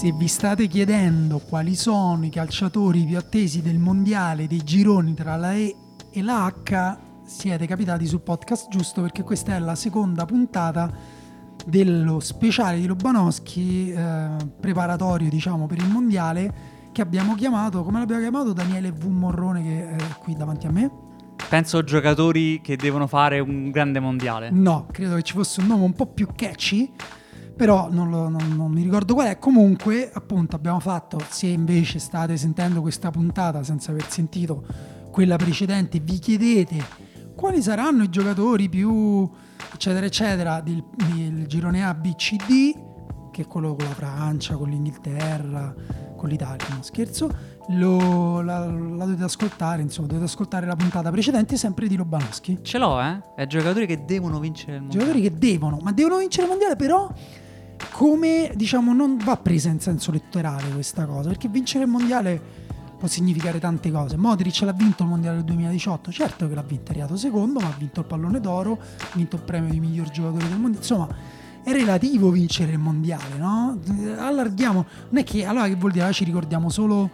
Se vi state chiedendo quali sono i calciatori più attesi del mondiale dei gironi tra la E e la H, siete capitati sul podcast giusto, perché questa è la seconda puntata dello speciale di Lobanowski preparatorio, diciamo, per il mondiale, che abbiamo chiamato, come l'abbiamo chiamato, Daniele V. Morrone, che è qui davanti a me. Penso giocatori che devono fare un grande mondiale. No, credo che ci fosse un nome un po' più catchy, però non mi ricordo qual è. Comunque, appunto, abbiamo fatto, se invece state sentendo questa puntata senza aver sentito quella precedente, vi chiedete quali saranno i giocatori più eccetera eccetera del girone A, B, C, D, che è quello con la Francia, con l'Inghilterra, con l'Italia, no scherzo, la dovete ascoltare, insomma, dovete ascoltare la puntata precedente sempre di Lobanowski. Ce l'ho, è giocatori che devono vincere il mondiale. Giocatori che devono vincere il mondiale, però come, diciamo, non va presa in senso letterale questa cosa, perché vincere il mondiale può significare tante cose. Modric l'ha vinto il mondiale del 2018, certo che l'ha vinto, è arrivato secondo, ma ha vinto il pallone d'oro, ha vinto il premio di miglior giocatore del mondiale, insomma è relativo vincere il mondiale, no? Allarghiamo, non è che allora che vuol dire ci ricordiamo solo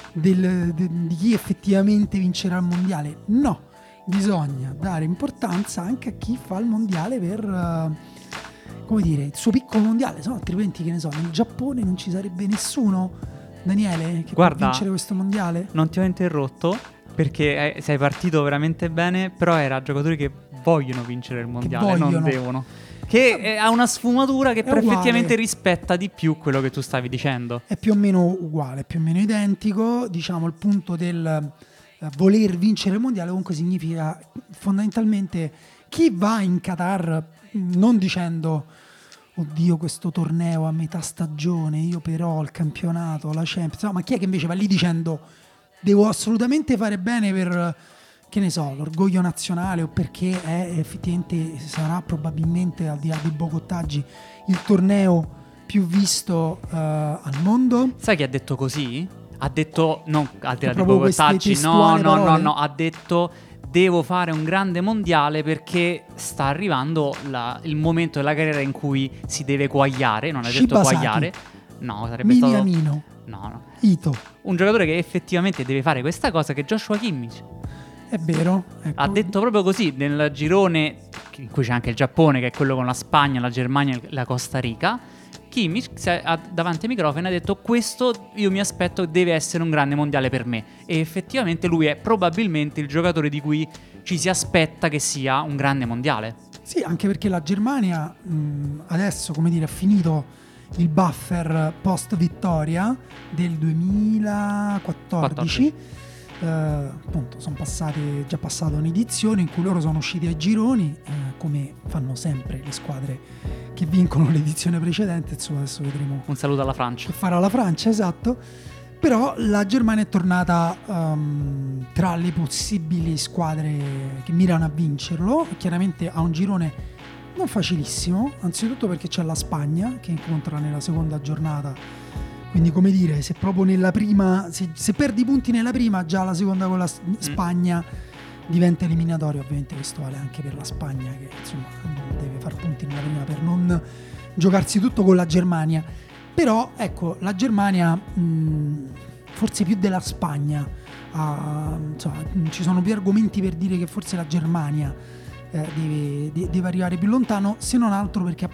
di chi effettivamente vincerà il mondiale, no, bisogna dare importanza anche a chi fa il mondiale per come dire, il suo piccolo mondiale, no? Altrimenti, che ne so, nel Giappone non ci sarebbe nessuno, Daniele, che può vincere questo mondiale. Non ti ho interrotto perché sei partito veramente bene, però era giocatori che vogliono vincere il mondiale, non devono. Che ha una sfumatura che effettivamente rispetta di più quello che tu stavi dicendo. È più o meno uguale, più o meno identico. Diciamo, il punto del voler vincere il mondiale comunque significa fondamentalmente chi va in Qatar non dicendo oddio questo torneo a metà stagione, io però il campionato, la Champions, no, ma chi è che invece va lì dicendo devo assolutamente fare bene per, che ne so, l'orgoglio nazionale, o perché effettivamente sarà probabilmente, al di là dei bogottaggi, il torneo più visto al mondo. Sai chi ha detto così? Ha detto, non al di là dei bogottaggi, no, ha detto devo fare un grande mondiale perché sta arrivando il momento della carriera in cui si deve quagliare. Non ha detto quagliare, no, sarebbe Miniamino. No. Ito. Un giocatore che effettivamente deve fare questa cosa, che è Joshua Kimmich. È vero, ecco. Ha detto proprio così, nel girone in cui c'è anche il Giappone, che è quello con la Spagna, la Germania e la Costa Rica. Kimmich davanti ai microfoni ha detto questo io mi aspetto deve essere un grande mondiale per me, e effettivamente lui è probabilmente il giocatore di cui ci si aspetta che sia un grande mondiale. Sì, anche perché la Germania adesso, come dire, ha finito il buffer post vittoria del 2014. Appunto sono già passata un'edizione in cui loro sono usciti ai gironi, come fanno sempre le squadre che vincono l'edizione precedente. Insomma, adesso vedremo un saluto alla Francia, che farà la Francia, esatto. Però la Germania è tornata tra le possibili squadre che mirano a vincerlo. Chiaramente ha un girone non facilissimo, anzitutto perché c'è la Spagna che incontra nella seconda giornata. Quindi, come dire, se proprio nella prima, se perdi punti nella prima, già la seconda con la Spagna diventa eliminatoria. Ovviamente questo vale anche per la Spagna, che insomma deve far punti nella prima per non giocarsi tutto con la Germania. Però ecco, la Germania forse più della Spagna insomma, ci sono più argomenti per dire che forse la Germania deve arrivare più lontano, se non altro perché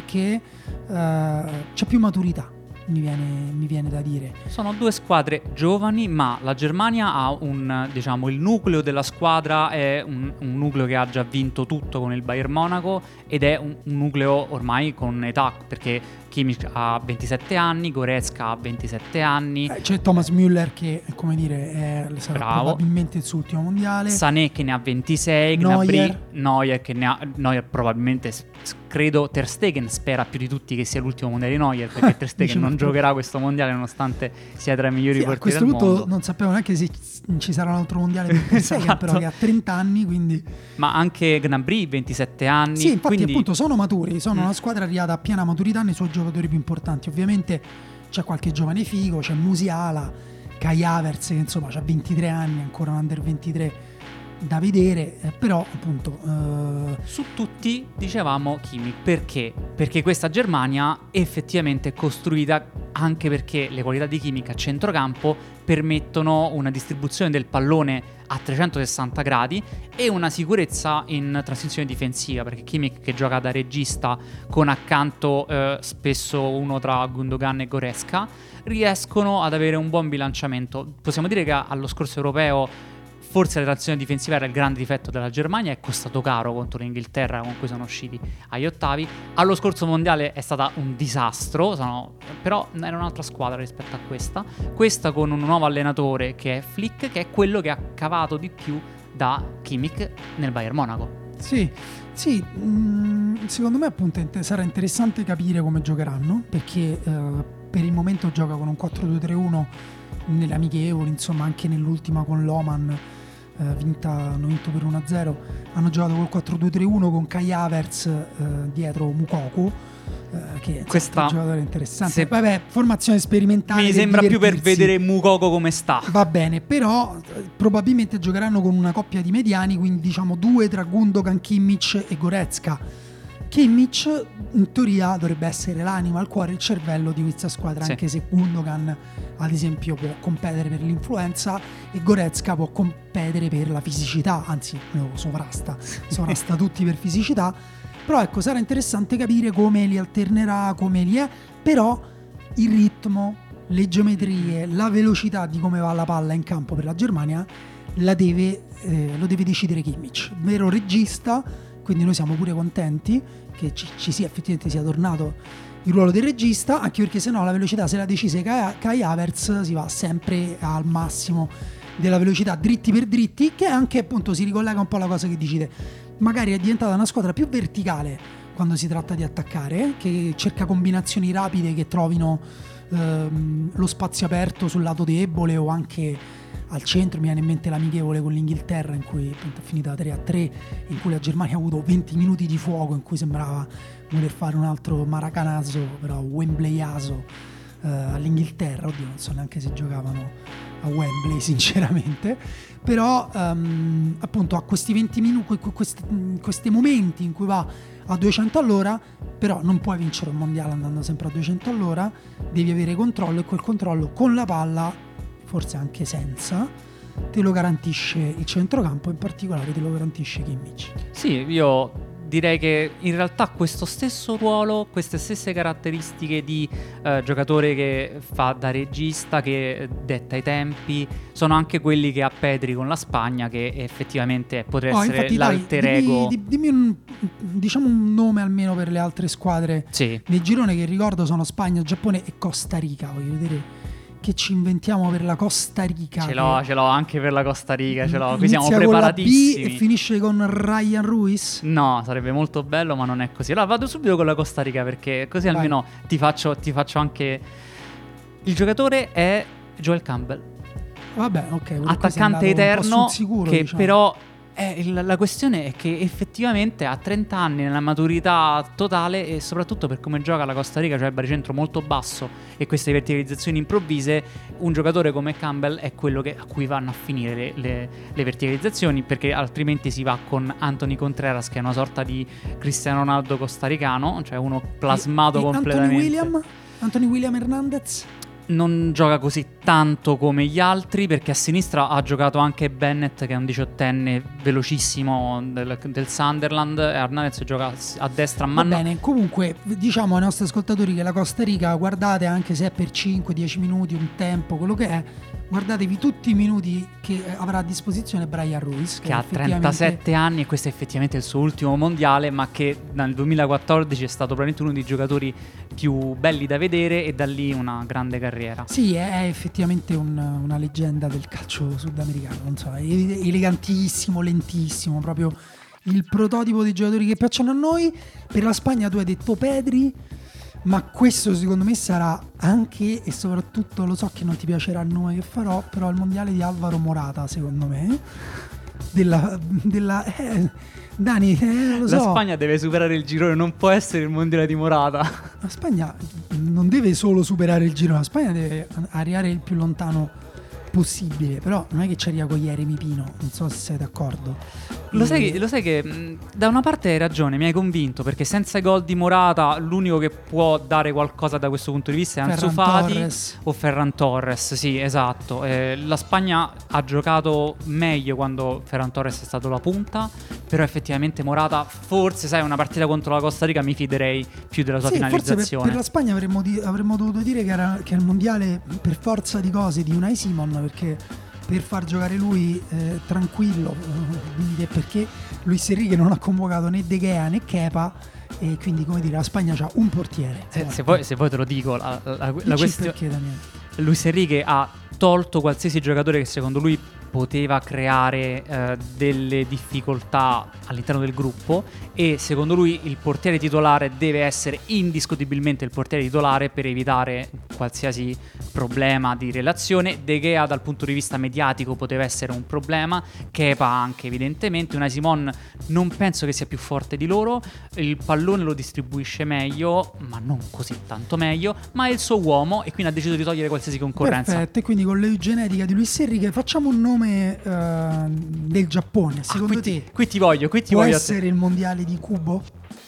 c'è più maturità. Mi viene da dire. Sono due squadre giovani, ma la Germania ha il nucleo della squadra è un nucleo che ha già vinto tutto con il Bayern Monaco, ed è un nucleo ormai con età, perché Kimmich ha 27 anni, Goretzka ha 27 anni. C'è Thomas Müller che, come dire, sarà probabilmente il suo ultimo mondiale. Sané che ne ha 26, Neuer che ne ha probabilmente, credo Ter Stegen spera più di tutti che sia l'ultimo mondiale di Neuer, perché Ter Stegen non giocherà questo mondiale nonostante sia tra i migliori portieri del mondo. A questo punto non sappiamo neanche se ci sarà un altro mondiale per Ter Stegen, esatto. Però che ha 30 anni, quindi. Ma anche Gnabry 27 anni. Sì, infatti appunto sono maturi, sono una squadra arrivata a piena maturità nei suoi giocatori più importanti. Ovviamente c'è qualche giovane figo, c'è Musiala, Kai Havertz che insomma ha 23 anni, ancora un under 23 da vedere, però appunto su tutti dicevamo Kimmich. Perché questa Germania effettivamente è costruita anche perché le qualità di Kimmich a centrocampo permettono una distribuzione del pallone a 360 gradi e una sicurezza in transizione difensiva, perché Kimmich, che gioca da regista con accanto spesso uno tra Gundogan e Goretzka, riescono ad avere un buon bilanciamento. Possiamo dire che allo scorso europeo forse la transizione difensiva era il grande difetto della Germania, è costato caro contro l'Inghilterra con cui sono usciti agli ottavi. Allo scorso mondiale è stata un disastro, però era un'altra squadra rispetto a questa con un nuovo allenatore che è Flick, che è quello che ha cavato di più da Kimmich nel Bayern Monaco. Sì, secondo me appunto sarà interessante capire come giocheranno, perché per il momento gioca con un 4-2-3-1 nelle amichevoli, insomma anche nell'ultima con l'Oman hanno vinto per 1-0, hanno giocato col 4-2-3-1 con Kai Havertz dietro Mukoko, che questa è un giocatore interessante. Vabbè, formazione sperimentale, mi sembra più per vedere Mukoko come sta. Va bene, però probabilmente giocheranno con una coppia di mediani, quindi diciamo 2 tra Gundogan, Kimmich e Goretzka. Kimmich in teoria dovrebbe essere l'anima, il cuore, il cervello di questa squadra, anche se Gundogan ad esempio può competere per l'influenza e Goretzka può competere per la fisicità, anzi lo sovrasta tutti per fisicità. Però ecco, sarà interessante capire come li alternerà, come li è, però il ritmo, le geometrie, la velocità di come va la palla in campo per la Germania lo deve decidere Kimmich, vero regista. Quindi noi siamo pure contenti che ci sia effettivamente sia tornato il ruolo del regista, anche perché sennò la velocità, se la decise Kai Havertz, si va sempre al massimo della velocità, dritti per dritti, che anche appunto si ricollega un po' alla cosa che dici te. Magari è diventata una squadra più verticale quando si tratta di attaccare, che cerca combinazioni rapide che trovino lo spazio aperto sul lato debole o anche al centro. Mi viene in mente l'amichevole con l'Inghilterra in cui appunto è finita 3-3, in cui la Germania ha avuto 20 minuti di fuoco in cui sembrava voler fare un altro maracanazo, però Wembleyaso all'Inghilterra. Oddio, non so neanche se giocavano a Wembley sinceramente, però appunto a questi 20 minuti, questi momenti in cui va a 200 all'ora, però non puoi vincere un mondiale andando sempre a 200 all'ora, devi avere controllo, e quel controllo con la palla, forse anche senza, te lo garantisce il centrocampo, in particolare te lo garantisce Kimmich. Sì, io direi che in realtà questo stesso ruolo, queste stesse caratteristiche di giocatore che fa da regista, che detta i tempi, sono anche quelli che ha Pedri con la Spagna, che effettivamente potrebbe essere infatti, l'alter ego. Dimmi diciamo un nome almeno per le altre squadre nel girone, che ricordo sono Spagna, Giappone e Costa Rica. Voglio vedere che ci inventiamo per la Costa Rica. Ce l'ho anche per la Costa Rica, ce l'ho. Qui siamo preparatissimi. Con la B e finisce con Ryan Ruiz? No, sarebbe molto bello, ma non è così. Allora vado subito con la Costa Rica, perché così almeno ti faccio anche... Il giocatore è Joel Campbell. Vabbè, ok. Attaccante eterno, sicuro, che diciamo. però... la questione è che effettivamente ha 30 anni, nella maturità totale, e soprattutto per come gioca la Costa Rica, cioè il baricentro molto basso e queste verticalizzazioni improvvise, un giocatore come Campbell è quello a cui vanno a finire le verticalizzazioni, perché altrimenti si va con Anthony Contreras, che è una sorta di Cristiano Ronaldo costaricano, cioè uno plasmato completamente. Anthony William Hernandez? Non gioca così tanto come gli altri, perché a sinistra ha giocato anche Bennett, che è un 18enne velocissimo del Sunderland, e Hernandez gioca a destra. Va bene, comunque diciamo ai nostri ascoltatori che la Costa Rica, guardate, anche se è per 5-10 minuti, un tempo, quello che è, guardatevi tutti i minuti che avrà a disposizione Brian Ruiz, che ha 37 anni, e questo è effettivamente il suo ultimo mondiale, ma che nel 2014 è stato probabilmente uno dei giocatori più belli da vedere, e da lì una grande carriera. Sì, è effettivamente una leggenda del calcio sudamericano, non so, è elegantissimo, lentissimo, proprio il prototipo dei giocatori che piacciono a noi. Per la Spagna tu hai detto Pedri, ma questo secondo me sarà anche e soprattutto, lo so che non ti piacerà il nome che farò, però il mondiale di Alvaro Morata, secondo me, Dani, lo so. La Spagna deve superare il girone, non può essere il mondiale di Morata. La Spagna non deve solo superare il girone, la Spagna deve arrivare il più lontano possibile, però non è che ci arriva con Jeremy Pino, non so se sei d'accordo. Lo sai che da una parte hai ragione, mi hai convinto, perché senza i gol di Morata l'unico che può dare qualcosa da questo punto di vista è Ansu Fati o Ferran Torres. Sì, esatto. La Spagna ha giocato meglio quando Ferran Torres è stato la punta, però effettivamente Morata, forse sai, una partita contro la Costa Rica mi fiderei più della sua finalizzazione. Forse per la Spagna avremmo dovuto dire che il mondiale per forza di cose di Unai Simon, perché per far giocare lui tranquillo, perché Luis Enrique non ha convocato né De Gea né Kepa, e quindi, come dire, la Spagna ha un portiere. Se poi te lo dico, la questione, perché, Daniele? Luis Enrique ha tolto qualsiasi giocatore che secondo lui poteva creare delle difficoltà all'interno del gruppo, e secondo lui il portiere titolare deve essere indiscutibilmente il portiere titolare per evitare qualsiasi problema di relazione. De Gea dal punto di vista mediatico poteva essere un problema, Kepa anche evidentemente. Unai Simon non penso che sia più forte di loro, il pallone lo distribuisce meglio, ma non così tanto meglio, ma è il suo uomo e quindi ha deciso di togliere qualsiasi concorrenza. Perfetto, e quindi con l'eugenetica di Luis Enrique facciamo un nome del Giappone. Secondo te qui ti voglio può essere il mondiale di Kubo?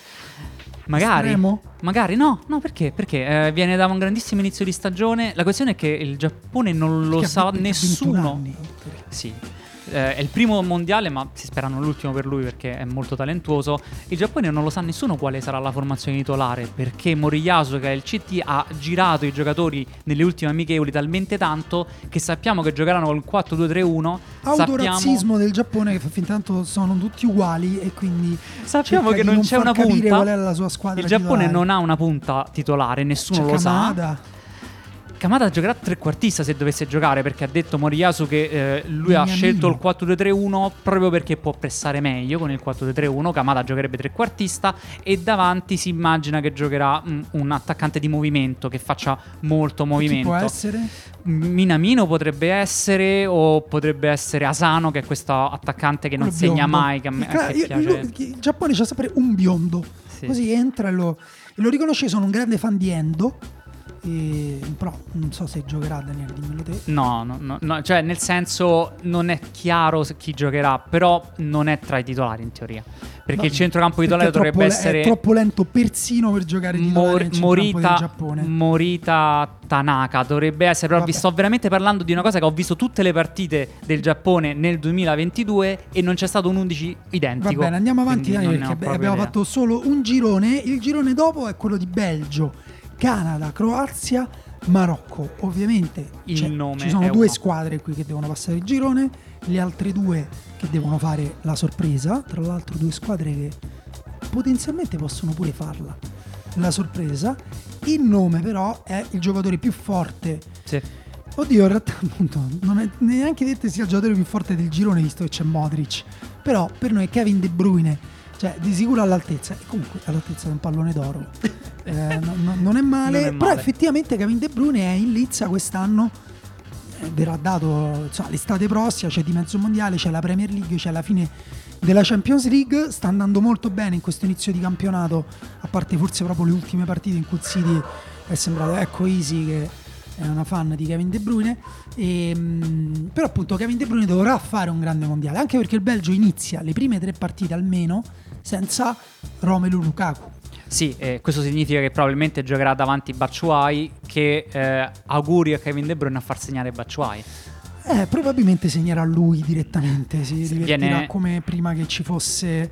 Magari no, perché? Perché viene da un grandissimo inizio di stagione. La questione è che il Giappone non lo sa nessuno. Sì. È il primo mondiale, ma si spera non l'ultimo per lui perché è molto talentuoso. Il Giappone non lo sa nessuno quale sarà la formazione titolare, perché Moriyasu, che è il CT, ha girato i giocatori nelle ultime amichevoli talmente tanto che sappiamo che giocheranno col 4-2-3-1. Autorazzismo del Giappone, che fa fin tanto sono tutti uguali, e quindi sappiamo che non c'è una punta. Qual è la sua squadra il Giappone titolare. Non ha una punta titolare, nessuno lo sa. Kamada giocherà trequartista se dovesse giocare, perché ha detto Moriyasu che lui ha scelto il 4-2-3-1 proprio perché può pressare meglio con il 4-2-3-1. Kamada giocherebbe trequartista e davanti si immagina che giocherà un attaccante di movimento che faccia molto movimento. Chi può essere? Minamino potrebbe essere, o potrebbe essere Asano, che è questo attaccante che non segna mai, che a me piace. Il Giappone c'ha sempre un biondo, sì. Così entra e lo riconosce. Sono un grande fan di Endo. Però non so se giocherà, Daniele, dimmelo te. No, cioè nel senso non è chiaro chi giocherà, però non è tra i titolari in teoria, perché il centrocampo titolare dovrebbe essere è troppo lento persino per giocare titolare del Giappone. Morita Tanaka dovrebbe essere, però vi sto veramente parlando di una cosa che ho visto tutte le partite del Giappone nel 2022 e non c'è stato un 11 identico. Va bene, andiamo avanti, Daniele, perché abbiamo fatto solo un girone. Il girone dopo è quello di Belgio, Canada, Croazia, Marocco. Ovviamente ci sono due squadre qui che devono passare il girone, le altre due che devono fare la sorpresa. Tra l'altro due squadre che potenzialmente possono pure farla, la sorpresa. Il nome però è il giocatore più forte. Sì. Oddio, in realtà appunto non è neanche detto sia il giocatore più forte del girone, visto che c'è Modric. Però per noi è Kevin De Bruyne, cioè di sicuro all'altezza, e comunque all'altezza di un pallone d'oro. Non è male, però effettivamente Kevin De Bruyne è in lizza quest'anno, verrà dato l'estate prossima, c'è di mezzo mondiale, c'è la Premier League, c'è la fine della Champions League. Sta andando molto bene in questo inizio di campionato, a parte forse proprio le ultime partite in cui il City è sembrato, ecco Easy che è una fan di Kevin De Bruyne, però appunto Kevin De Bruyne dovrà fare un grande mondiale, anche perché il Belgio inizia le prime 3 partite almeno senza Romelu Lukaku. Sì, questo significa che probabilmente giocherà davanti Batshuayi, che auguri a Kevin De Bruyne a far segnare Batshuayi. Probabilmente segnerà lui direttamente, si divertirà come prima che ci fosse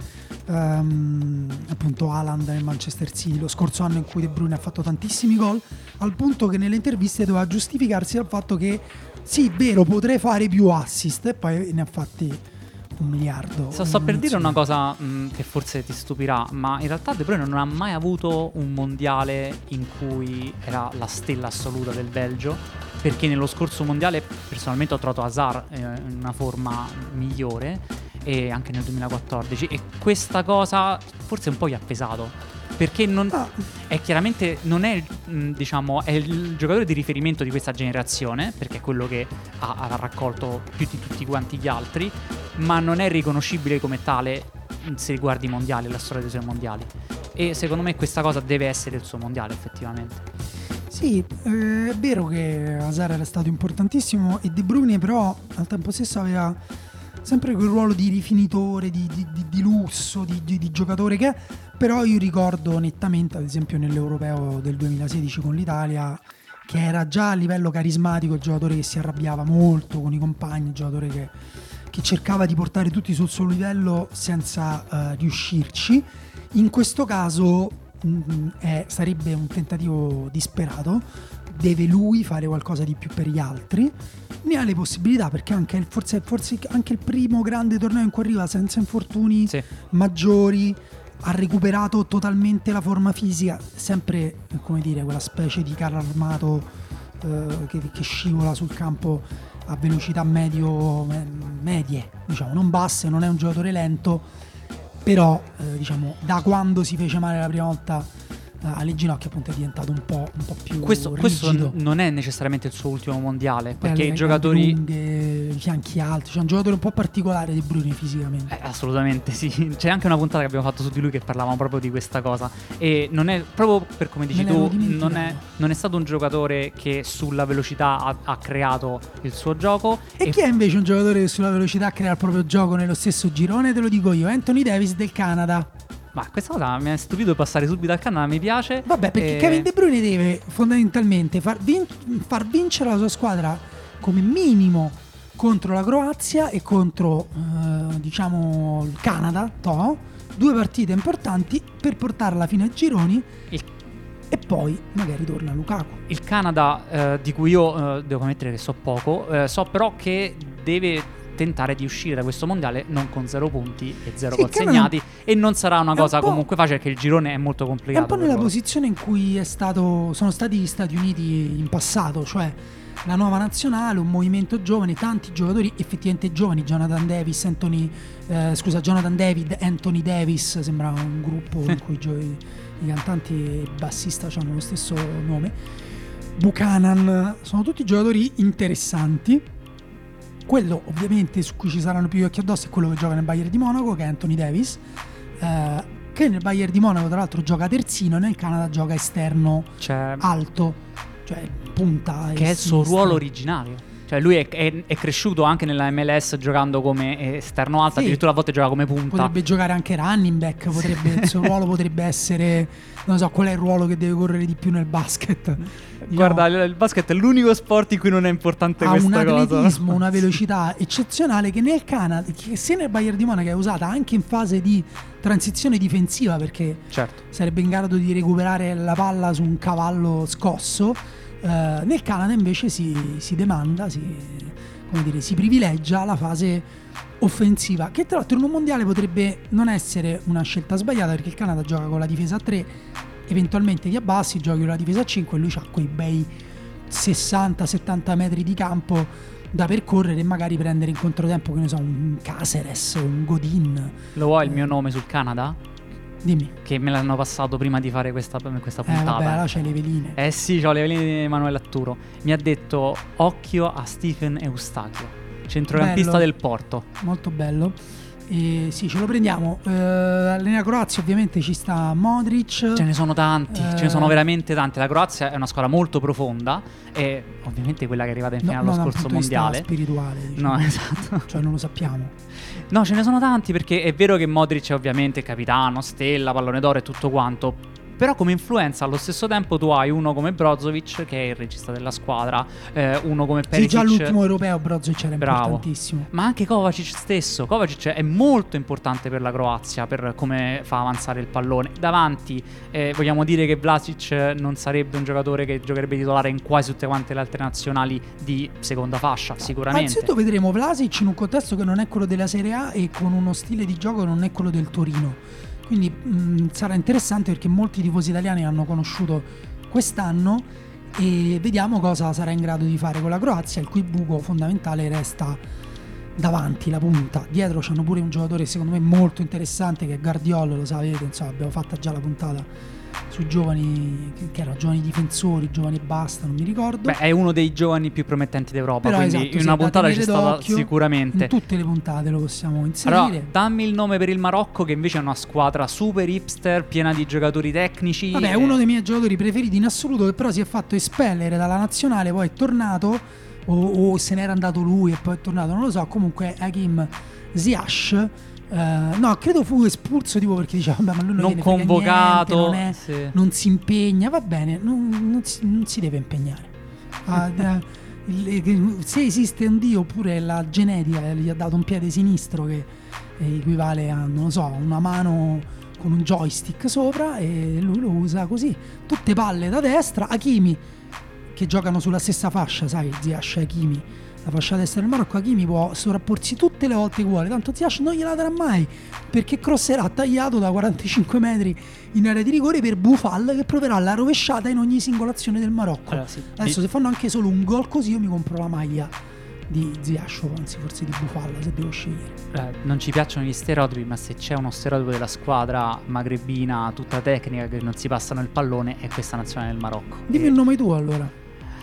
appunto Haaland nel Manchester City lo scorso anno, in cui De Bruyne ha fatto tantissimi gol, al punto che nelle interviste doveva giustificarsi dal fatto che sì, vero, potrei fare più assist, e poi ne ha fatti 1 miliardo. Sto per dire una cosa che forse ti stupirà, ma in realtà De Bruyne non ha mai avuto un mondiale in cui era la stella assoluta del Belgio, perché nello scorso mondiale personalmente ho trovato Hazard in una forma migliore, e anche nel 2014, e questa cosa forse un po' gli ha pesato, perché è chiaramente non è diciamo è il giocatore di riferimento di questa generazione, perché è quello che ha raccolto più di tutti quanti gli altri, ma non è riconoscibile come tale se riguarda i mondiali, la storia dei suoi mondiali, e secondo me questa cosa deve essere il suo mondiale effettivamente. Sì, è vero che Hazard era stato importantissimo e De Bruyne però al tempo stesso aveva sempre quel ruolo di rifinitore, di lusso, di giocatore che è. Però io ricordo nettamente, ad esempio nell'Europeo del 2016 con l'Italia, che era già a livello carismatico il giocatore che si arrabbiava molto con i compagni, il giocatore che cercava di portare tutti sul suo livello senza riuscirci. In questo caso sarebbe un tentativo disperato, deve lui fare qualcosa di più per gli altri, ne ha le possibilità perché anche forse anche il primo grande torneo in cui arriva senza infortuni maggiori, ha recuperato totalmente la forma fisica, sempre come dire quella specie di carro armato che scivola sul campo a velocità medie, diciamo, non basse, non è un giocatore lento, però diciamo da quando si fece male la prima volta alle ginocchia appunto è diventato un po' più questo rigido. non è necessariamente il suo ultimo mondiale, perché le i giocatori lunghe, i fianchi alti, c'è un giocatore un po' particolare di Bruyne fisicamente. assolutamente sì, c'è anche una puntata che abbiamo fatto su di lui che parlavamo proprio di questa cosa, e non è proprio per come dici tu, non è stato un giocatore che sulla velocità ha creato il suo gioco. E chi è invece un giocatore che sulla velocità crea il proprio gioco nello stesso girone? Te lo dico io, Anthony Davis del Canada. Ma questa cosa mi ha stupito passare subito al Canada, mi piace. Vabbè, perché Kevin De Bruyne deve fondamentalmente far vincere la sua squadra come minimo contro la Croazia e contro diciamo il Canada, due partite importanti per portarla fino ai gironi e poi magari torna Lukaku. Il Canada di cui io devo ammettere che so poco, so però che deve tentare di uscire da questo mondiale non con 0 punti e 0 consegnati, e non sarà una cosa comunque facile perché il girone è molto complicato. È un po' nella posizione in cui sono stati gli Stati Uniti in passato, cioè la nuova nazionale, un movimento giovane, tanti giocatori effettivamente giovani, Jonathan David, Anthony Davis, sembra un gruppo in cui i cantanti e il bassista hanno lo stesso nome, Buchanan, sono tutti giocatori interessanti. Quello ovviamente su cui ci saranno più occhi addosso è quello che gioca nel Bayern di Monaco, che è Anthony Davis, che nel Bayern di Monaco tra l'altro gioca terzino e nel Canada gioca esterno, alto, cioè punta, che è il suo ruolo originario. Cioè lui è cresciuto anche nella MLS giocando come esterno alto, addirittura a volte gioca come punta. Potrebbe giocare anche running back, il suo ruolo potrebbe essere, non so qual è il ruolo che deve correre di più nel basket. Guarda, il basket è l'unico sport in cui non è importante questa cosa. Ha un atletismo, una velocità eccezionale che nel Canada, che sia nel Bayern di Monaco è usata anche in fase di transizione difensiva, perché sarebbe in grado di recuperare la palla su un cavallo scosso. Nel Canada invece si demanda, si privilegia la fase offensiva, che tra l'altro in un mondiale potrebbe non essere una scelta sbagliata, perché il Canada gioca con la difesa a 3, eventualmente ti abbassi, giochi con la difesa a 5 e lui ha quei bei 60-70 metri di campo da percorrere e magari prendere in controtempo, che ne so, un Caceres o un Godin. Lo vuoi il mio nome sul Canada? Dimmi. Che me l'hanno passato prima di fare questa puntata. Vabbè, là c'hai le veline. Sì, c'ho le veline di Emanuele Atturo. Mi ha detto occhio a Stephen Eustachio, centrocampista del Porto. Molto bello. Sì, ce lo prendiamo. Nella Croazia ovviamente ci sta Modric. Ce ne sono tanti, ce ne sono veramente tanti. La Croazia è una squadra molto profonda e ovviamente quella che è arrivata in finale allo scorso mondiale. Spirituale, diciamo. No, esatto. Cioè non lo sappiamo. No, ce ne sono tanti, perché è vero che Modric è ovviamente capitano, stella, pallone d'oro e tutto quanto, però come influenza allo stesso tempo tu hai uno come Brozovic, che è il regista della squadra, uno come Perisic. Sì, già all'ultimo europeo Brozovic era importantissimo. Ma anche Kovacic stesso. Kovacic è molto importante per la Croazia, per come fa avanzare il pallone. Davanti vogliamo dire che Vlasic non sarebbe un giocatore che giocherebbe titolare in quasi tutte quante le altre nazionali di seconda fascia, sicuramente. Anzitutto vedremo Vlasic in un contesto che non è quello della Serie A e con uno stile di gioco che non è quello del Torino. Quindi sarà interessante, perché molti tifosi italiani l'hanno conosciuto quest'anno e vediamo cosa sarà in grado di fare con la Croazia, il cui buco fondamentale resta davanti la punta, dietro c'hanno pure un giocatore secondo me molto interessante che è Guardiola, lo sapete, insomma abbiamo fatta già la puntata sui giovani, che erano giovani difensori, giovani e basta, non mi ricordo. Beh, è uno dei giovani più promettenti d'Europa, però quindi esatto, in una puntata c'è stata d'occhio, sicuramente. In tutte le puntate lo possiamo inserire. Allora, dammi il nome per il Marocco, che invece è una squadra super hipster, piena di giocatori tecnici. Vabbè, è uno dei miei giocatori preferiti in assoluto, che però si è fatto espellere dalla nazionale, poi è tornato, o se n'era andato lui e poi è tornato, non lo so. Comunque Hakim Ziyech, no, credo fu espulso tipo perché diceva vabbè, ma lui non viene convocato, niente, non si impegna, va bene, non si deve impegnare. Se esiste un Dio, oppure la genetica gli ha dato un piede sinistro che equivale a, non lo so, una mano con un joystick sopra, e lui lo usa così. Tutte palle da destra. Hakimi, che giocano sulla stessa fascia, sai, Ziyech e Hakimi, la fascia destra del Marocco. Hakimi può sovrapporsi tutte le volte che vuole, tanto Ziyech non gliela darà mai, perché crosserà tagliato da 45 metri in area di rigore per Boufal, che proverà la rovesciata in ogni singola azione del Marocco. Allora, sì. Adesso se fanno anche solo un gol così, io mi compro la maglia di Ziyech, anzi forse di Boufal, se devo scegliere. Non ci piacciono gli stereotipi, ma se c'è uno stereotipo della squadra magrebina tutta tecnica che non si passano il pallone, è questa nazionale del Marocco. Dimmi il nome tu allora.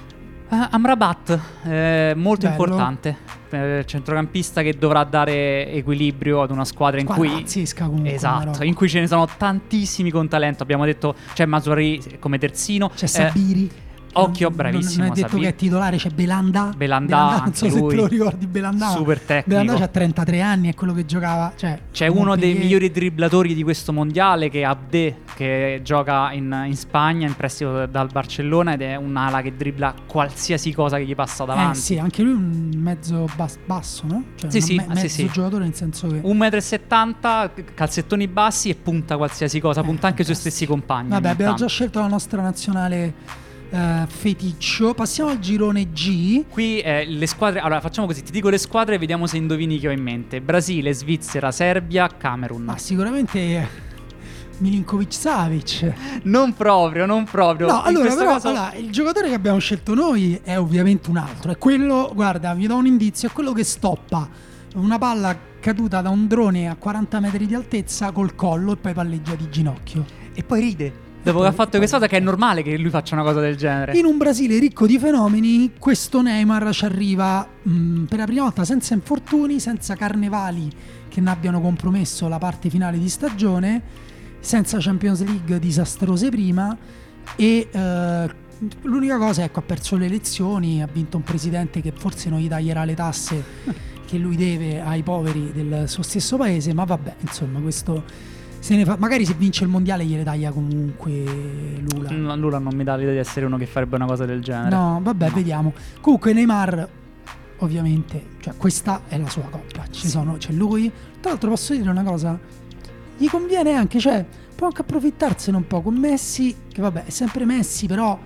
Amrabat, molto Bello. importante, centrocampista che dovrà dare equilibrio ad una squadra in cui pazzesca comunque, esatto, in cui ce ne sono tantissimi con talento. Abbiamo detto c'è Mazzuari come terzino, c'è Sabiri. Occhio, bravissimo. Non è detto Sabiri, che è titolare, c'è Belanda, non so se te lo ricordi. Belanda, super tecnico. Belanda c'ha 33 anni, è quello che giocava, c'è uno dei migliori dribblatori di questo mondiale, che è Abde, che gioca in Spagna in prestito dal Barcellona, ed è un'ala che dribbla qualsiasi cosa che gli passa davanti. Sì, anche lui è un mezzo basso, no? Cioè mezzo giocatore, nel senso che 1,70 m, calzettoni bassi, e punta qualsiasi cosa, punta anche sui stessi compagni. Vabbè, abbiamo già scelto la nostra nazionale feticcio. Passiamo al girone G. Qui le squadre. Allora facciamo così, ti dico le squadre e vediamo se indovini che ho in mente. Brasile, Svizzera, Serbia, Camerun. Ma sicuramente Milinkovic-Savic. Non proprio. No, allora, però, caso... allora, il giocatore che abbiamo scelto noi è ovviamente un altro. È quello, guarda, vi do un indizio, è quello che stoppa una palla caduta da un drone a 40 metri di altezza col collo e poi palleggia di ginocchio. E poi ride. Dopo che ha fatto questa cosa, che è normale che lui faccia una cosa del genere. In un Brasile ricco di fenomeni, questo Neymar ci arriva per la prima volta senza infortuni, senza carnevali che ne abbiano compromesso la parte finale di stagione, senza Champions League disastrose prima, e l'unica cosa, ecco, ha perso le elezioni, ha vinto un presidente che forse non gli taglierà le tasse che lui deve ai poveri del suo stesso paese, ma vabbè, insomma, questo se ne fa, magari se vince il mondiale gliele taglia comunque Lula. No, Lula non mi dà l'idea di essere uno che farebbe una cosa del genere. No, vabbè, vediamo. Comunque Neymar, ovviamente, cioè questa è la sua coppa. C'è lui. Tra l'altro posso dire una cosa, gli conviene anche, cioè può anche approfittarsene un po' con Messi, che vabbè è sempre Messi, però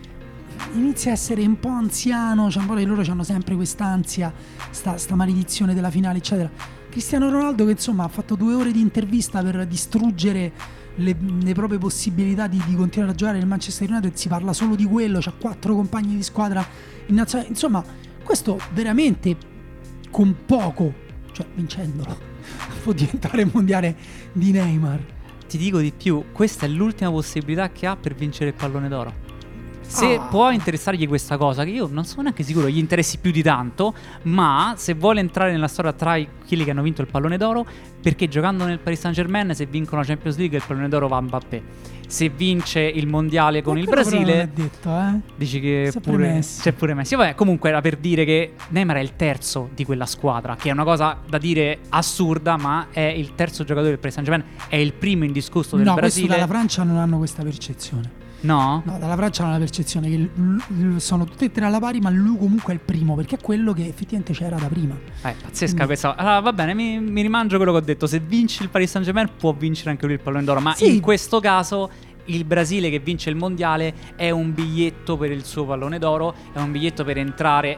inizia a essere un po' anziano, cioè poi loro hanno sempre quest'ansia, sta maledizione della finale, eccetera. Cristiano Ronaldo, che insomma ha fatto 2 ore di intervista per distruggere le proprie possibilità di continuare a giocare nel Manchester United, si parla solo di quello, c'ha 4 compagni di squadra in nazionale, insomma questo veramente con poco, cioè vincendolo, può diventare mondiale di Neymar. Ti dico di più, questa è l'ultima possibilità che ha per vincere il pallone d'oro. Se può interessargli questa cosa, che io non sono neanche sicuro gli interessi più di tanto, ma se vuole entrare nella storia tra quelli che hanno vinto il pallone d'oro, perché giocando nel Paris Saint-Germain, se vincono la Champions League, il pallone d'oro va a Mbappé. Se vince il mondiale con il Brasile, non è detto, dici che c'è pure Messi. Vabbè, comunque era per dire che Neymar è il terzo di quella squadra, che è una cosa da dire assurda, ma è il terzo giocatore del Paris Saint-Germain, è il primo indiscusso del Brasile. No, dalla Francia non hanno questa percezione. No? No, dalla Francia hanno la percezione che sono tutti e 3 alla pari, ma lui comunque è il primo, perché è quello che effettivamente c'era da prima. Pazzesca questa. Allora, va bene, mi rimangio quello che ho detto. Se vince il Paris Saint-Germain può vincere anche lui il pallone d'oro, ma in questo caso il Brasile che vince il mondiale è un biglietto per il suo pallone d'oro, è un biglietto per entrare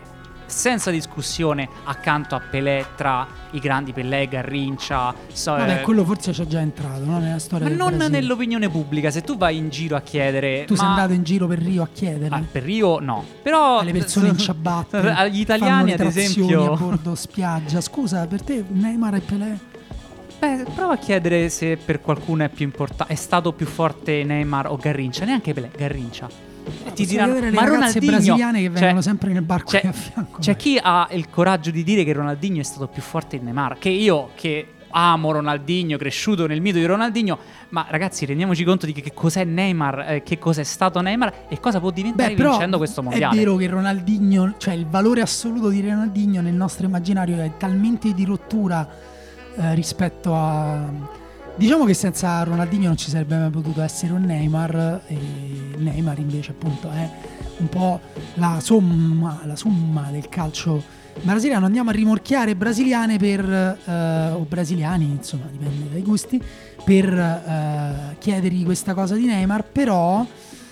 senza discussione accanto a Pelé, tra i grandi Pelé e Garrincha. Vabbè, quello forse c'è già entrato, no? Nella storia ma del non Brasile. nell'opinione pubblica. Se tu vai in giro a chiedere, Tu sei andato in giro per Rio a chiedere? Per Rio no, però alle persone in ciabatte agli italiani ad esempio a bordo spiaggia. Scusa, per te Neymar e Pelé? Prova a chiedere se per qualcuno è più importante, è stato più forte Neymar o Garrincha. Neanche Pelé, Garrincha. E ti diranno, le ma ragazze Ronaldinho, brasiliane che vengono sempre nel barco a fianco. C'è chi ha il coraggio di dire che Ronaldinho è stato più forte di Neymar. Che io, che amo Ronaldinho, cresciuto nel mito di Ronaldinho, ma ragazzi, rendiamoci conto di che cos'è Neymar, che cos'è stato Neymar e cosa può diventare vincendo questo mondiale. È vero che Ronaldinho, cioè il valore assoluto di Ronaldinho nel nostro immaginario è talmente di rottura rispetto a... Diciamo che senza Ronaldinho non ci sarebbe mai potuto essere un Neymar, e Neymar invece appunto è un po' la somma del calcio brasiliano. Andiamo a rimorchiare brasiliane o brasiliani, insomma dipende dai gusti, per chiedergli questa cosa di Neymar. Però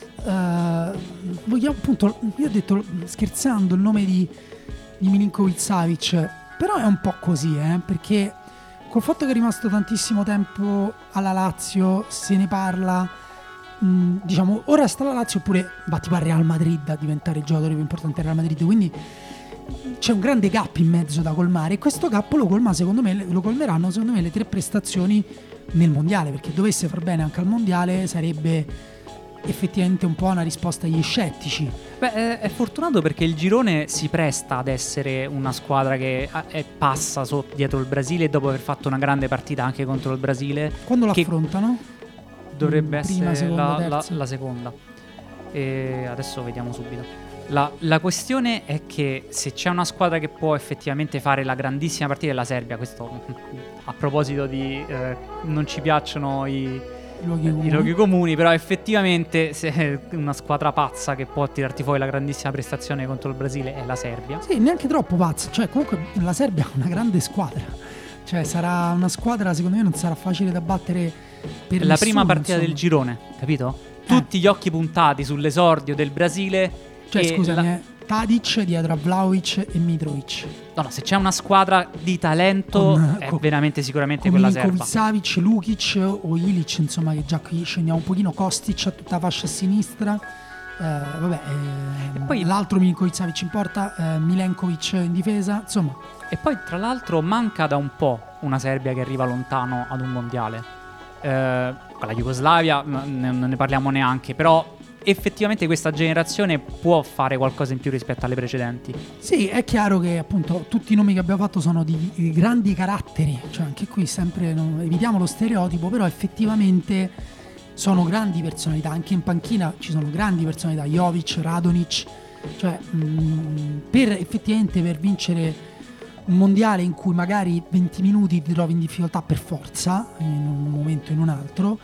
vogliamo, appunto, io ho detto scherzando il nome di Milinkovic-Savic, però è un po' così, perché col fatto che è rimasto tantissimo tempo alla Lazio, se ne parla, diciamo, ora sta alla Lazio oppure va tipo al Real Madrid a diventare il giocatore più importante del Real Madrid, quindi c'è un grande gap in mezzo da colmare, e questo gap lo colmeranno secondo me le 3 prestazioni nel mondiale, perché dovesse far bene anche al mondiale sarebbe effettivamente un po' una risposta agli scettici. Beh, è fortunato perché il girone si presta ad essere una squadra che passa dietro il Brasile dopo aver fatto una grande partita anche contro il Brasile. Quando l'affrontano? Dovrebbe Prima, essere seconda, la seconda. E adesso vediamo subito. La questione è che se c'è una squadra che può effettivamente fare la grandissima partita è la Serbia. Questo a proposito di non ci piacciono i luoghi comuni, però effettivamente se è una squadra pazza che può tirarti fuori la grandissima prestazione contro il Brasile è la Serbia. Sì, neanche troppo pazza, cioè comunque la Serbia è una grande squadra, cioè sarà una squadra, secondo me non sarà facile da battere per la nessuno, prima partita insomma. Del girone, capito? Tutti gli occhi puntati sull'esordio del Brasile. Cioè scusami, Tadic dietro a Vlahovic e Mitrovic. No, se c'è una squadra di talento è veramente sicuramente quella serba. Savic, Lukic o Ilic, insomma, che già qui scendiamo un pochino, Kostic a tutta fascia a sinistra. E poi l'altro Milinkovic-Savic in porta, Milenkovic in difesa, insomma. E poi tra l'altro manca da un po' una Serbia che arriva lontano ad un mondiale. Con la Jugoslavia non ne parliamo neanche, però effettivamente questa generazione può fare qualcosa in più rispetto alle precedenti. Sì, è chiaro che appunto tutti i nomi che abbiamo fatto sono di grandi caratteri, cioè anche qui sempre evitiamo lo stereotipo, però effettivamente sono grandi personalità, anche in panchina ci sono grandi personalità, Jovic, Radonic, cioè effettivamente per vincere un mondiale in cui magari 20 minuti ti trovi in difficoltà per forza, in un momento o in un altro,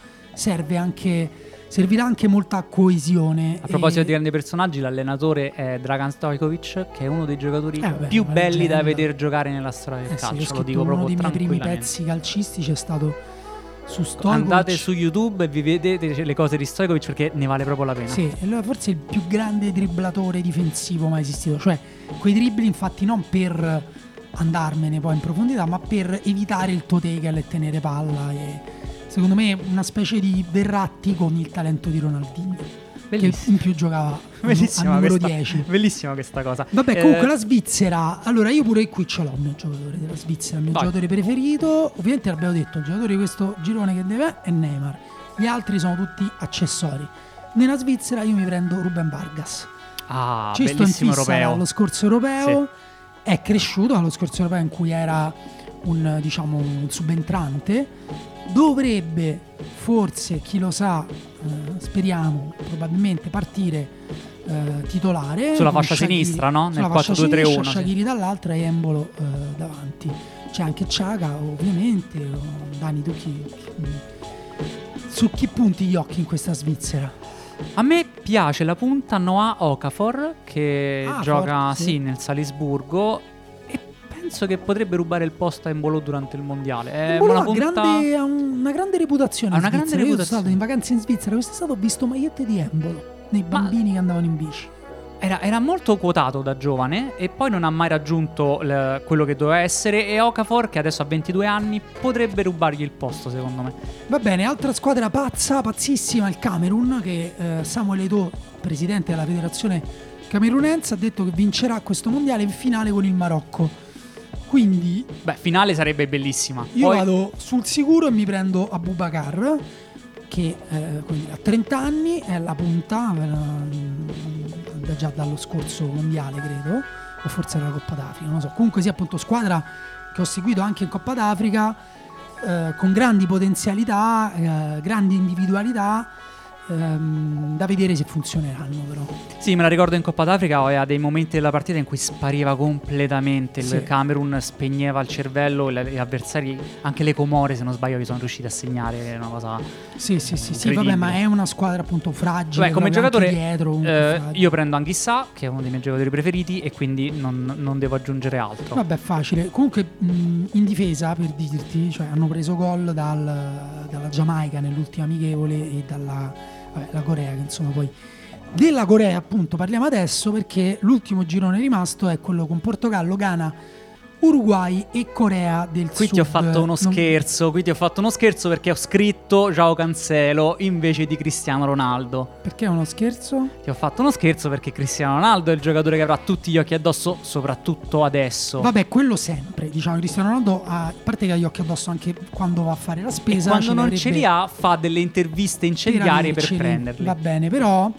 servirà anche molta coesione. A proposito di grandi personaggi, l'allenatore è Dragan Stojkovic, che è uno dei giocatori più belli da vedere giocare nella storia del calcio. Lo dico proprio tranquillamente. Uno dei miei primi pezzi calcistici è stato su Stojkovic. Andate su YouTube e vi vedete le cose di Stojkovic perché ne vale proprio la pena. Sì, forse il più grande dribblatore difensivo mai esistito. Cioè, quei dribbli infatti non per andarmene poi in profondità, ma per evitare il toe tackle e tenere palla, e secondo me una specie di Verratti con il talento di Ronaldinho, bellissimo, che in più giocava al numero 10. Bellissima questa cosa. Vabbè, comunque la Svizzera, allora io pure qui ce l'ho il mio giocatore della Svizzera, il mio giocatore preferito. Ovviamente l'abbiamo detto, il giocatore di questo girone che deve è Neymar, gli altri sono tutti accessori. Nella Svizzera io mi prendo Ruben Vargas. Ci sto in fissa allo scorso europeo, sì. È cresciuto allo scorso europeo in cui era un subentrante. Dovrebbe forse, chi lo sa, speriamo, probabilmente partire titolare sulla fascia sinistra, no? Nel 4-2-3-1, Shaqiri dall'altra e Embolo davanti. C'è anche Xhaka ovviamente. Dani, tu su chi punti gli occhi in questa Svizzera? A me piace la punta Noah Okafor, che gioca forte, sì, nel Salisburgo, e penso che potrebbe rubare il posto a Embolo durante il mondiale. È una punta... ha una grande reputazione. Ha una grande reputazione. Io sono stato in vacanze in Svizzera quest'estate, ho visto magliette di Embolo nei bambini che andavano in bici. Era molto quotato da giovane e poi non ha mai raggiunto quello che doveva essere, e Okafor, che adesso ha 22 anni, potrebbe rubargli il posto, secondo me. Va bene, altra squadra pazzissima, il Camerun, che Samuel Eto'o, presidente della federazione camerunense, ha detto che vincerà questo mondiale in finale con il Marocco. Quindi finale sarebbe bellissima. Io vado sul sicuro e mi prendo Aboubakar, che ha 30 anni, è la punta già dallo scorso mondiale, credo, o forse era la Coppa d'Africa, non lo so. Comunque sia, appunto, squadra che ho seguito anche in Coppa d'Africa, con grandi potenzialità, grandi individualità, da vedere se funzioneranno, però. Sì, me la ricordo in Coppa d'Africa, aveva dei momenti della partita in cui spariva completamente. Il Camerun spegneva il cervello, gli avversari, anche le Comore, se non sbaglio, vi sono riusciti a segnare una cosa. Sì, vabbè, ma è una squadra appunto fragile. Beh, come giocatore dietro, io prendo Anghissà, che è uno dei miei giocatori preferiti, e quindi non devo aggiungere altro. Vabbè, facile. Comunque in difesa, per dirti, cioè, hanno preso gol dalla Giamaica nell'ultima amichevole e dalla Corea, che insomma poi della Corea appunto parliamo adesso, perché l'ultimo girone rimasto è quello con Portogallo, Ghana, Uruguay e Corea del Sud. Qui ti ho fatto uno scherzo perché ho scritto Joao Cancelo invece di Cristiano Ronaldo. Perché è uno scherzo? Ti ho fatto uno scherzo perché Cristiano Ronaldo è il giocatore che avrà tutti gli occhi addosso, soprattutto adesso. Vabbè, quello sempre, diciamo. Cristiano Ronaldo, a parte che ha gli occhi addosso anche quando va a fare la spesa, e quando non ce li ha, fa delle interviste incendiarie per prenderli. Va bene, però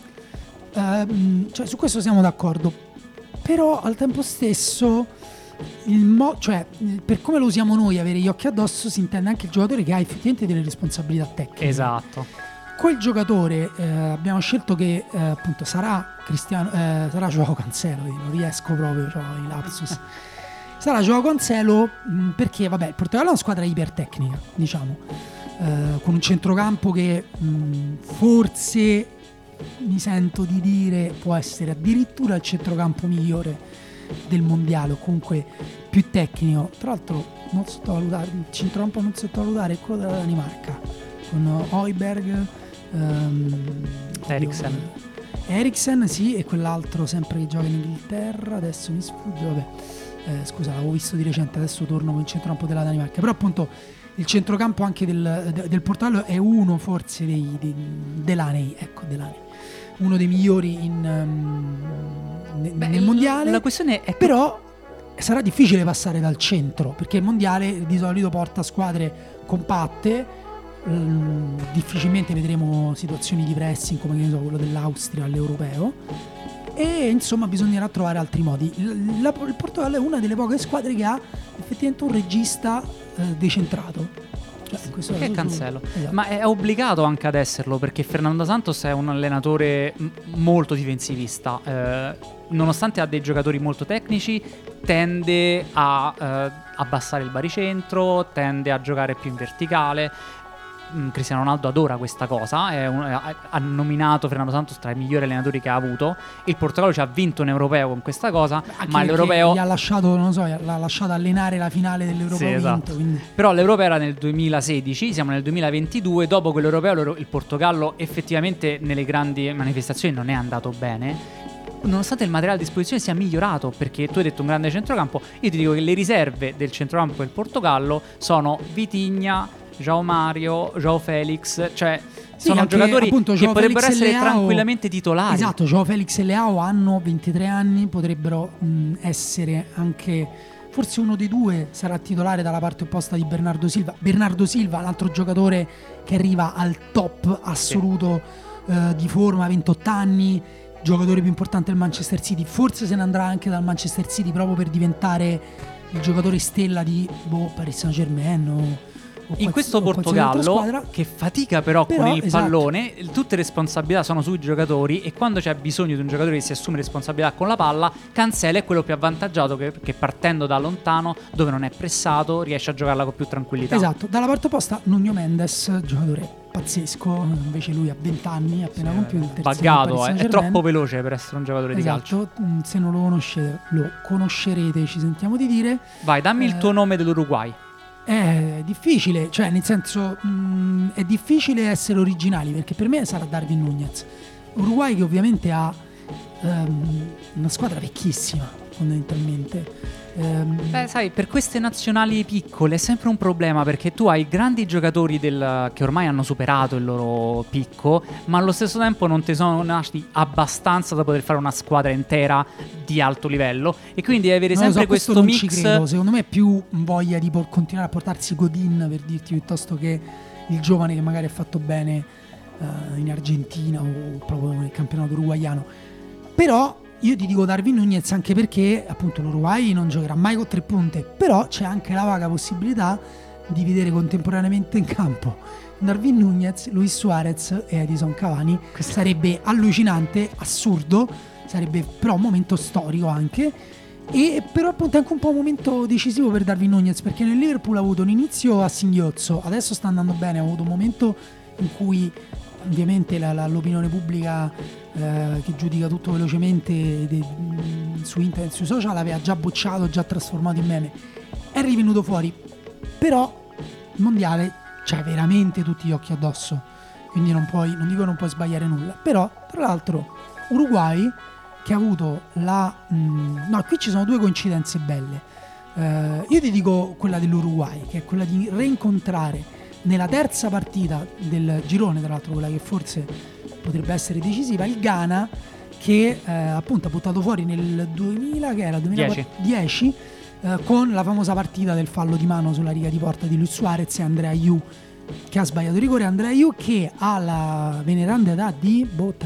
cioè, su questo siamo d'accordo. Però al tempo stesso cioè, per come lo usiamo noi, avere gli occhi addosso, si intende anche il giocatore che ha effettivamente delle responsabilità tecniche. Esatto. Quel giocatore abbiamo scelto che appunto sarà Joao Cancelo, non riesco proprio, cioè, i lapsus. Sarà Joao Cancelo perché vabbè, il Portogallo è una squadra ipertecnica, diciamo, con un centrocampo che forse, mi sento di dire, può essere addirittura il centrocampo migliore del mondiale, o comunque più tecnico. Tra l'altro non sottovalutare il centrocampo, non sottovalutare, è quello della Danimarca, con Højbjerg, Eriksen, sì, e quell'altro sempre che gioca in Inghilterra, adesso mi sfugge, vabbè, scusa, l'avevo visto di recente, adesso torno con il centrocampo della Danimarca. Però appunto il centrocampo anche del Portogallo è uno forse Delaney, uno dei migliori nel mondiale. La questione è però sarà difficile passare dal centro, perché il mondiale di solito porta squadre compatte, difficilmente vedremo situazioni di pressing come, che ne so, quello dell'Austria all'Europeo, e insomma bisognerà trovare altri modi. Il Portogallo è una delle poche squadre che ha effettivamente un regista decentrato, che è Cancelo. Esatto. Ma è obbligato anche ad esserlo, perché Fernando Santos è un allenatore molto difensivista, nonostante ha dei giocatori molto tecnici, tende a abbassare il baricentro, tende a giocare più in verticale. Cristiano Ronaldo adora questa cosa, ha nominato Fernando Santos tra i migliori allenatori che ha avuto. Il Portogallo ci ha vinto un europeo con questa cosa, ma l'europeo gli ha lasciato, non so, l'ha lasciato allenare la finale dell'europeo, sì, esatto. Quindi. Però l'europeo era nel 2016, siamo nel 2022. Dopo quell'europeo il Portogallo effettivamente nelle grandi manifestazioni non è andato bene, nonostante il materiale a disposizione sia migliorato, perché tu hai detto un grande centrocampo. Io ti dico che le riserve del centrocampo del Portogallo sono Vitinha, João Mario, João Felix, cioè sono giocatori appunto, che potrebbero essere tranquillamente titolari. Esatto, João Felix e Leao hanno 23 anni, potrebbero essere anche, forse uno dei due sarà titolare dalla parte opposta di Bernardo Silva. Bernardo Silva, l'altro giocatore che arriva al top assoluto di forma, 28 anni, giocatore più importante del Manchester City. Forse se ne andrà anche dal Manchester City proprio per diventare il giocatore stella di Paris Saint-Germain in questo Portogallo, che fatica però con il pallone. Tutte le responsabilità sono sui giocatori, e quando c'è bisogno di un giocatore che si assume responsabilità con la palla, Cancelo è quello più avvantaggiato, che partendo da lontano, dove non è pressato, riesce a giocarla con più tranquillità. Esatto. Dalla parte opposta Nuno Mendes, giocatore pazzesco, invece lui ha 20 anni, appena compiuto il terzo. Buggato, è troppo veloce per essere un giocatore di calcio. Se non lo conoscete, lo conoscerete, ci sentiamo di dire. Vai, dammi il tuo nome dell'Uruguay. È difficile, cioè nel senso è difficile essere originali, perché per me sarà Darwin Núñez. Uruguay che ovviamente ha una squadra vecchissima fondamentalmente. Beh, sai, per queste nazionali piccole è sempre un problema, perché tu hai grandi giocatori che ormai hanno superato il loro picco, ma allo stesso tempo non ti sono nati abbastanza da poter fare una squadra intera di alto livello, e quindi devi avere sempre questo non mix. Ci credo. Secondo me è più voglia di continuare a portarsi Godin, per dirti, piuttosto che il giovane che magari ha fatto bene in Argentina o proprio nel campionato uruguaiano. Però io ti dico Darwin Núñez anche perché appunto l'Uruguay non giocherà mai con 3 punte, però c'è anche la vaga possibilità di vedere contemporaneamente in campo Darwin Núñez, Luis Suarez e Edison Cavani. Sarebbe allucinante, assurdo, sarebbe però un momento storico anche, e però appunto è anche un po' un momento decisivo per Darwin Núñez, perché nel Liverpool ha avuto un inizio a singhiozzo, adesso sta andando bene, ha avuto un momento in cui ovviamente l'opinione pubblica che giudica tutto velocemente su internet, sui social, aveva già bocciato, già trasformato in meme, è rivenuto fuori, però il mondiale c'hai veramente tutti gli occhi addosso, quindi non puoi sbagliare nulla. Però tra l'altro Uruguay che ha avuto no, qui ci sono 2 coincidenze belle. Io ti dico quella dell'Uruguay, che è quella di rincontrare nella terza partita del girone, tra l'altro quella che forse potrebbe essere decisiva, il Ghana, che appunto ha buttato fuori nel 2010 con la famosa partita del fallo di mano sulla riga di porta di Luis Suarez e Andrea Ayew, che ha sbagliato il rigore. Andrea Ayew che ha la veneranda età di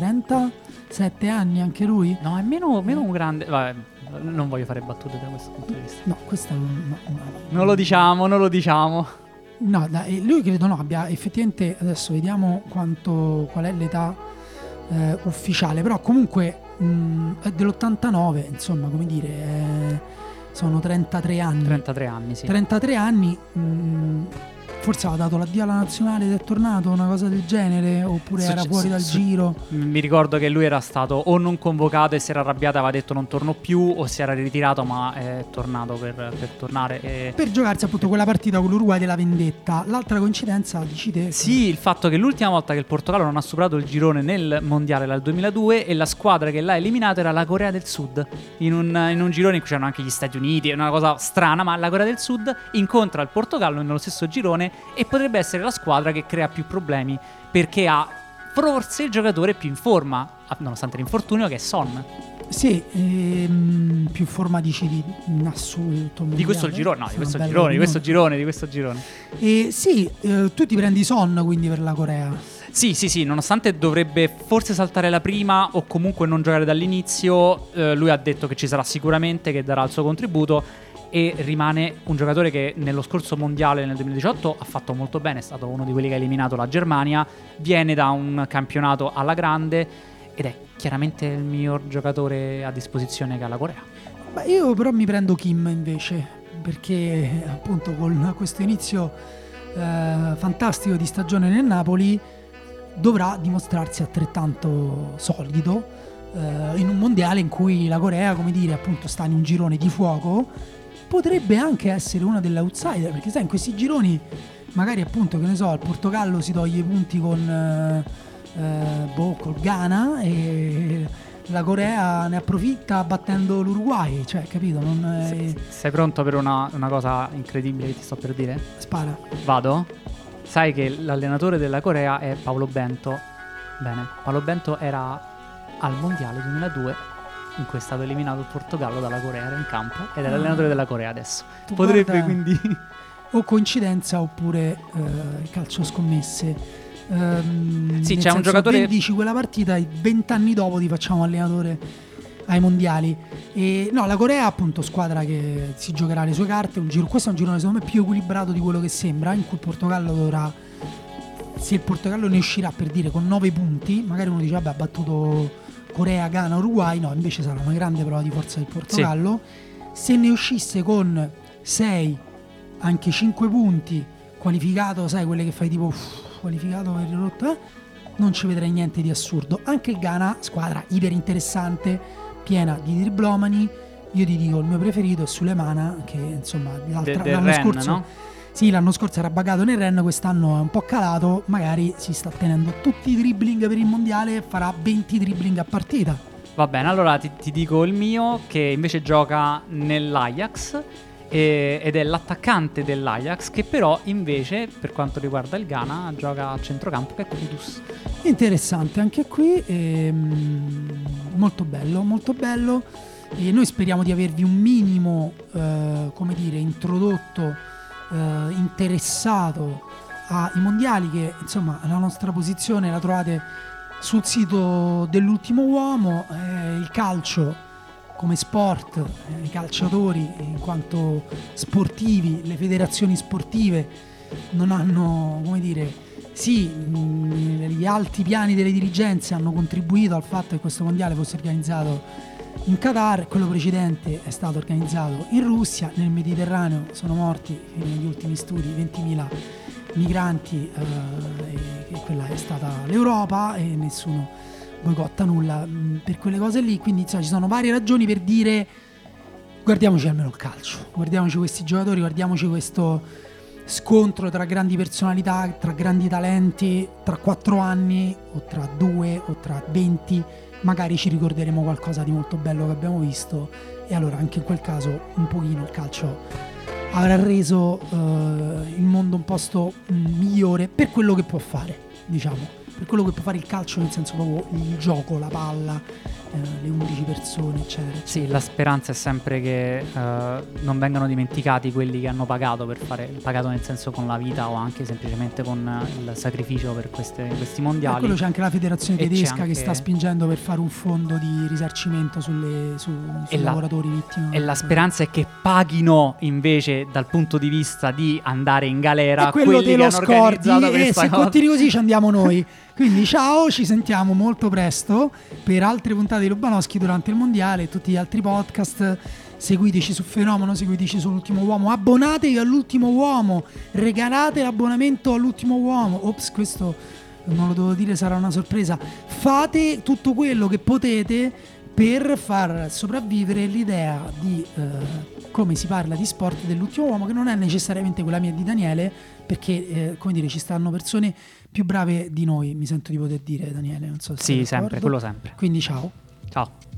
37 anni anche lui. No, è meno un grande. Vabbè, non voglio fare battute da questo punto di vista. No, questa no. Non lo diciamo. No, lui credo abbia effettivamente, adesso vediamo qual è l'età ufficiale, però comunque è dell'89, insomma, come dire, sono 33 anni. 33 anni, sì. 33 anni, forse aveva dato l'addio alla nazionale ed è tornato, una cosa del genere, oppure era fuori dal giro. Mi ricordo che lui era stato o non convocato e si era arrabbiato, aveva detto non torno più, o si era ritirato ma è tornato per tornare per giocarsi appunto quella partita con l'Uruguay della vendetta. L'altra coincidenza, dici te? Sì, il fatto che l'ultima volta che il Portogallo non ha superato il girone nel mondiale era il 2002, e la squadra che l'ha eliminato era la Corea del Sud, in un girone in cui c'erano anche gli Stati Uniti, è una cosa strana, ma la Corea del Sud incontra il Portogallo nello stesso girone e potrebbe essere la squadra che crea più problemi, perché ha forse il giocatore più in forma, nonostante l'infortunio, che è Son. Sì, più forma dici in assoluto mondiale. Di questo girone, no, di questo girone. Sì, tu ti prendi Son quindi per la Corea. Sì, nonostante dovrebbe forse saltare la prima o comunque non giocare dall'inizio, lui ha detto che ci sarà sicuramente, che darà il suo contributo, e rimane un giocatore che nello scorso mondiale nel 2018 ha fatto molto bene, è stato uno di quelli che ha eliminato la Germania, viene da un campionato alla grande ed è chiaramente il miglior giocatore a disposizione che ha la Corea. Beh, io però mi prendo Kim invece, perché appunto con questo inizio fantastico di stagione nel Napoli dovrà dimostrarsi altrettanto solido in un mondiale in cui la Corea, come dire, appunto sta in un girone di fuoco, potrebbe anche essere una delle outsider, perché sai, in questi gironi magari appunto, che ne so, il Portogallo si toglie i punti con col Ghana e la Corea ne approfitta battendo l'Uruguay, cioè, capito? Sei pronto per una cosa incredibile che ti sto per dire? Spara. Vado? Sai che l'allenatore della Corea è Paolo Bento. Bene, Paolo Bento era al mondiale 2002 in cui è stato eliminato il Portogallo dalla Corea, era in campo ed è l'allenatore della Corea adesso. Potrebbe guarda, quindi o coincidenza oppure calcio scommesse. Sì, c'è un giocatore. Bendici quella partita e 20 anni dopo ti facciamo allenatore ai mondiali. E no, la Corea appunto squadra che si giocherà le sue carte. Questo è un girone secondo me più equilibrato di quello che sembra, in cui il Portogallo dovrà, se il Portogallo ne uscirà, per dire, con 9 punti, magari uno dice vabbè, ha battuto Corea, Ghana, Uruguay, no, invece sarà una grande prova di forza del Portogallo. Sì. Se ne uscisse con 6, anche 5 punti, qualificato, sai, quelle che fai tipo qualificato per il rotta, non ci vedrei niente di assurdo. Anche il Ghana, squadra iper interessante, piena di driblomani. Io ti dico, il mio preferito è Sulemana, che insomma l'anno scorso, no? Sì, l'anno scorso era buggato nel Ren, quest'anno è un po' calato, magari si sta tenendo tutti i dribbling per il mondiale e farà 20 dribbling a partita. Va bene, allora ti dico il mio, che invece gioca nell'Ajax ed è l'attaccante dell'Ajax, che però invece per quanto riguarda il Ghana gioca a centrocampo, che è Kudus. Interessante anche qui, molto bello, molto bello. E noi speriamo di avervi un minimo, come dire, introdotto, interessato ai mondiali, che insomma la nostra posizione la trovate sul sito dell'Ultimo Uomo. Il calcio come sport, i calciatori in quanto sportivi, le federazioni sportive non hanno, come dire, sì, gli alti piani delle dirigenze hanno contribuito al fatto che questo mondiale fosse organizzato in Qatar, quello precedente è stato organizzato in Russia. Nel Mediterraneo sono morti, negli ultimi studi, 20.000 migranti, e quella è stata l'Europa, e nessuno boicotta nulla per quelle cose lì. Quindi insomma, ci sono varie ragioni per dire guardiamoci almeno il calcio, guardiamoci questi giocatori, guardiamoci questo scontro tra grandi personalità, tra grandi talenti. Tra 4 anni o tra 2 o tra 20 magari ci ricorderemo qualcosa di molto bello che abbiamo visto, e allora anche in quel caso un pochino il calcio avrà reso il mondo un posto migliore per quello che può fare, diciamo, per quello che può fare il calcio, nel senso proprio il gioco, la palla, le 11 persone, eccetera. Sì, la speranza è sempre che non vengano dimenticati quelli che hanno pagato per fare, pagato nel senso con la vita o anche semplicemente con il sacrificio per questi mondiali. E quello c'è anche la federazione E tedesca c'è anche che sta spingendo per fare un fondo di risarcimento sui lavoratori vittime. E la speranza è che paghino invece dal punto di vista di andare in galera e quello quelli te che lo hanno organizzato scordi, e questa se cosa. continui così ci andiamo noi. Quindi ciao, ci sentiamo molto presto per altre puntate di Lubanowski durante il mondiale e tutti gli altri podcast. Seguiteci su Fenomeno, seguiteci sull'Ultimo Uomo, abbonatevi all'Ultimo Uomo, regalate l'abbonamento all'Ultimo Uomo. Ops, questo non lo devo dire, sarà una sorpresa. Fate tutto quello che potete per far sopravvivere l'idea di come si parla di sport dell'Ultimo Uomo, che non è necessariamente quella mia e di Daniele, perché come dire, ci stanno persone più brave di noi, mi sento di poter dire, Daniele, non so se Sì, sempre, quello sempre. Quindi ciao. Ciao.